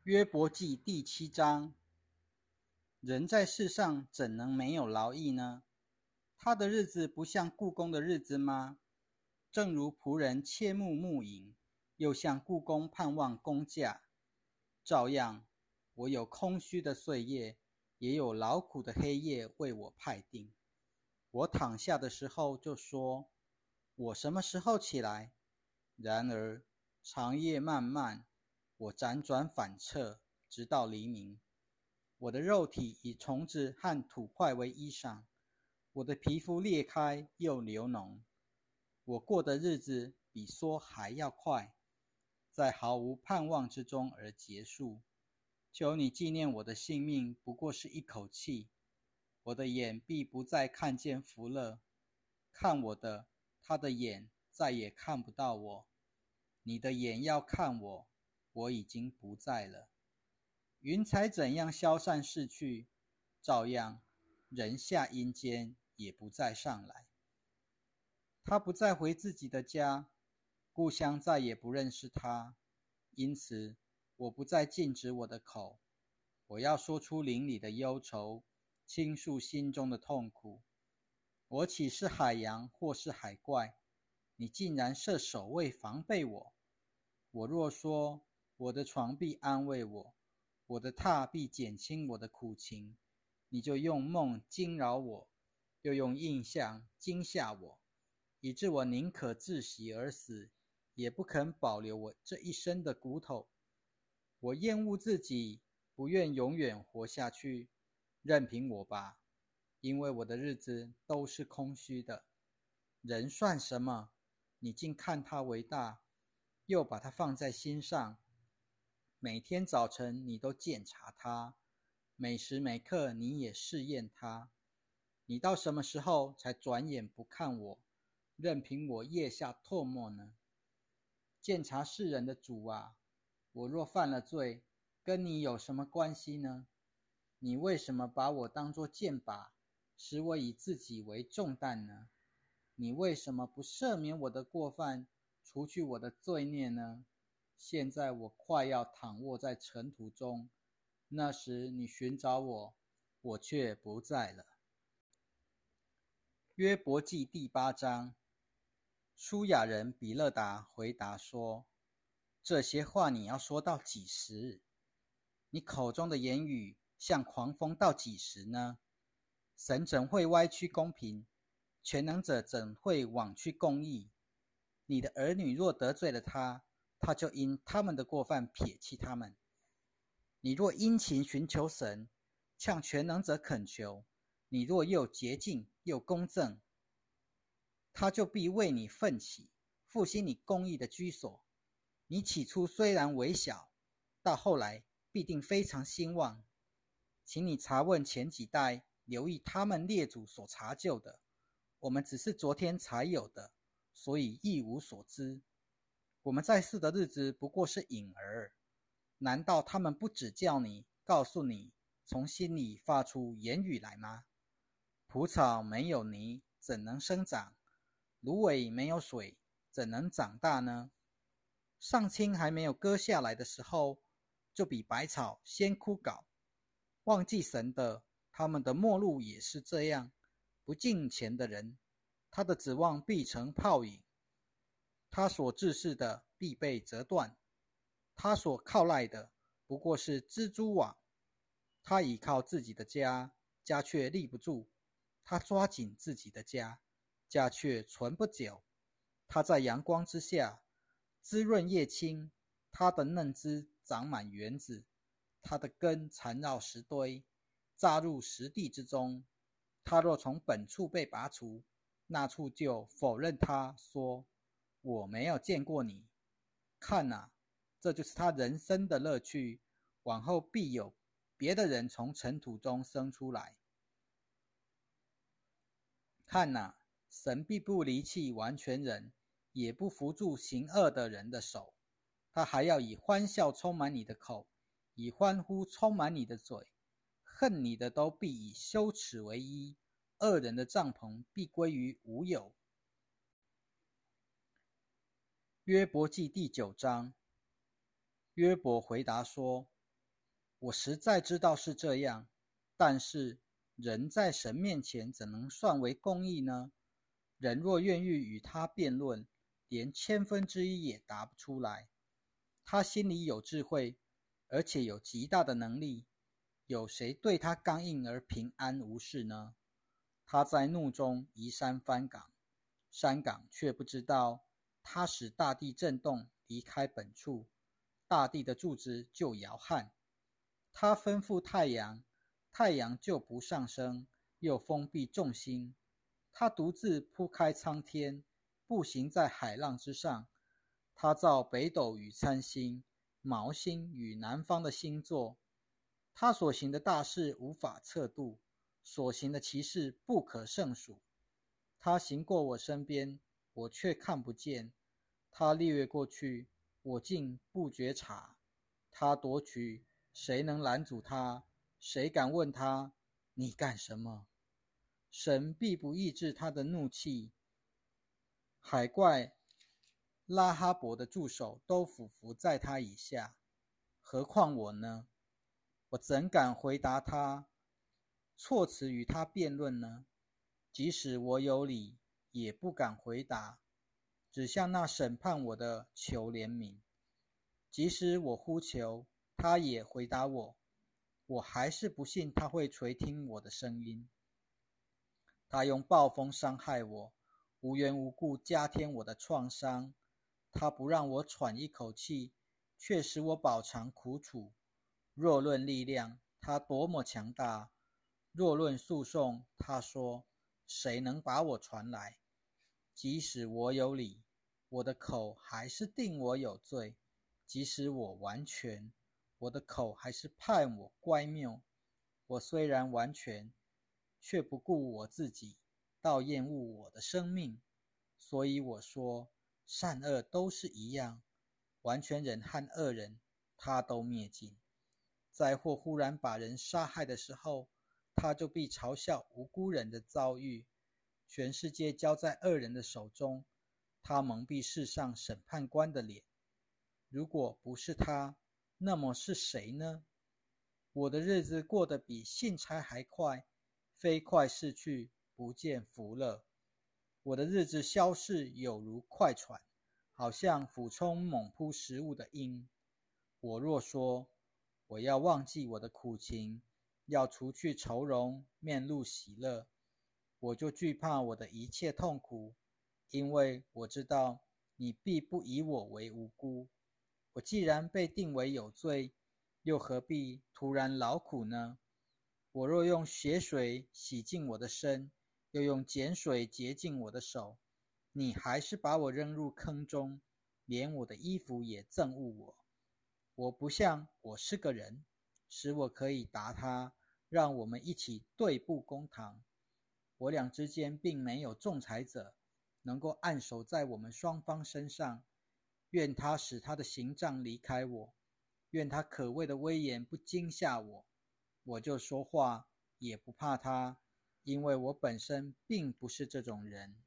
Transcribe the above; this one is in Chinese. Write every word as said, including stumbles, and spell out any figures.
约伯记第七章，人在世上怎能没有劳役呢？他的日子不像雇工的日子吗？正如仆人切慕牧营，又像雇工盼望工价。照样，我有空虚的岁月，也有劳苦的黑夜为我派定。我躺下的时候就说，我什么时候起来？然而长夜漫漫，我辗转反侧，直到黎明。我的肉体以虫子和土块为衣裳，我的皮肤裂开又流脓。我过的日子比说还要快，在毫无盼望之中而结束。求你纪念我的性命不过是一口气，我的眼必不再看见福乐。看我的，他的眼再也看不到我。你的眼要看我，我已经不在了。云彩怎样消散逝去，照样人下阴间也不再上来。他不再回自己的家，故乡再也不认识他。因此我不再禁止我的口，我要说出灵里的忧愁，倾诉心中的痛苦。我岂是海洋或是海怪，你竟然设守卫防备我？我若说我的床必安慰我，我的榻必减轻我的苦情，你就用梦惊扰我，又用印象惊吓我，以致我宁可窒息而死，也不肯保留我这一身的骨头。我厌恶自己，不愿永远活下去，任凭我吧，因为我的日子都是空虚的。人算什么？你竟看他为大，又把他放在心上。每天早晨你都检查他，每时每刻你也试验他。你到什么时候才转眼不看我，任凭我腋下唾沫呢？鉴察世人的主啊，我若犯了罪，跟你有什么关系呢？你为什么把我当作箭靶，使我以自己为重担呢？你为什么不赦免我的过犯，除去我的罪孽呢？现在我快要躺卧在尘土中，那时你寻找我，我却不在了。约伯记第八章，书亚人比勒达回答说，这些话你要说到几时？你口中的言语像狂风到几时呢？神怎会歪曲公平？全能者怎会枉去公义？你的儿女若得罪了他，他就因他们的过犯撇弃他们。你若殷勤寻求神，向全能者恳求，你若又洁净又公正，他就必为你奋起，复兴你公义的居所。你起初虽然微小，到后来必定非常兴旺。请你查问前几代，留意他们列祖所查究的，我们只是昨天才有的，所以一无所知。我们在世的日子不过是影儿，难道他们不指教你，告诉你，从心里发出言语来吗？蒲草没有泥，怎能生长？芦苇没有水，怎能长大呢？上青还没有割下来的时候，就比百草先枯槁。忘记神的，他们的末路也是这样。不敬虔的人，他的指望必成泡影，他所志视的必被折断，他所靠赖的不过是蜘蛛网。他倚靠自己的家，家却立不住；他抓紧自己的家，家却存不久。他在阳光之下，滋润叶青，他的嫩枝长满园子，他的根缠绕石堆，扎入石地之中。他若从本处被拔除，那处就否认他，说我没有见过你。看哪，这就是他人生的乐趣，往后必有别的人从尘土中生出来。看哪，神必不离弃完全人，也不扶助行恶的人的手。他还要以欢笑充满你的口，以欢呼充满你的嘴。恨你的都必以羞耻为衣，恶人的帐篷必归于无有。约伯记第九章，约伯回答说， 我实在知道是这样，但是人在神面前怎能算为公义呢？人若愿意与他辩论，连千分之一也答不出来。他心里有智慧，而且有极大的能力，有谁对他刚硬而平安无事呢？他在怒中移山翻港，山港却不知道，他使大地震动，离开本处，大地的柱子就摇撼。他吩咐太阳，太阳就不上升，又封闭众星。他独自铺开苍天，步行在海浪之上。他造北斗与参星，昴星与南方的星座。他所行的大事无法测度，所行的奇事不可胜数。他行过我身边，我却看不见；他掠越过去，我竟不觉察。他夺取，谁能拦阻他？谁敢问他，你干什么？神必不抑制他的怒气。海怪拉哈伯的助手都俯伏在他以下，何况我呢？我怎敢回答他，措辞与他辩论呢？即使我有理，也不敢回答，只向那审判我的求怜悯。即使我呼求，他也回答我，我还是不信他会垂听我的声音。他用暴风伤害我，无缘无故加添我的创伤。他不让我喘一口气，却使我饱尝苦楚。若论力量，他多么强大；若论诉讼，他说，谁能把我传来？即使我有理，我的口还是定我有罪；即使我完全，我的口还是判我乖谬。我虽然完全，却不顾我自己，倒厌恶我的生命。所以我说，善恶都是一样，完全人和恶人，他都灭尽。灾祸忽然把人杀害的时候，他就必嘲笑无辜人的遭遇。全世界交在恶人的手中，他蒙蔽世上审判官的脸。如果不是他，那么是谁呢？我的日子过得比信差还快，飞快逝去，不见福乐。我的日子消逝有如快船，好像俯冲猛扑食物的鹰。我若说，我要忘记我的苦情，要除去愁容，面露喜乐，我就惧怕我的一切痛苦，因为我知道你必不以我为无辜。我既然被定为有罪，又何必突然劳苦呢？我若用血水洗净我的身，又用碱水洁净我的手，你还是把我扔入坑中，连我的衣服也憎恶我。我不像我是个人，使我可以答他，让我们一起对簿公堂。我俩之间并没有仲裁者，能够按手在我们双方身上。愿他使他的刑杖离开我，愿他可畏的威严不惊吓我。我就说话，也不怕他，因为我本身并不是这种人。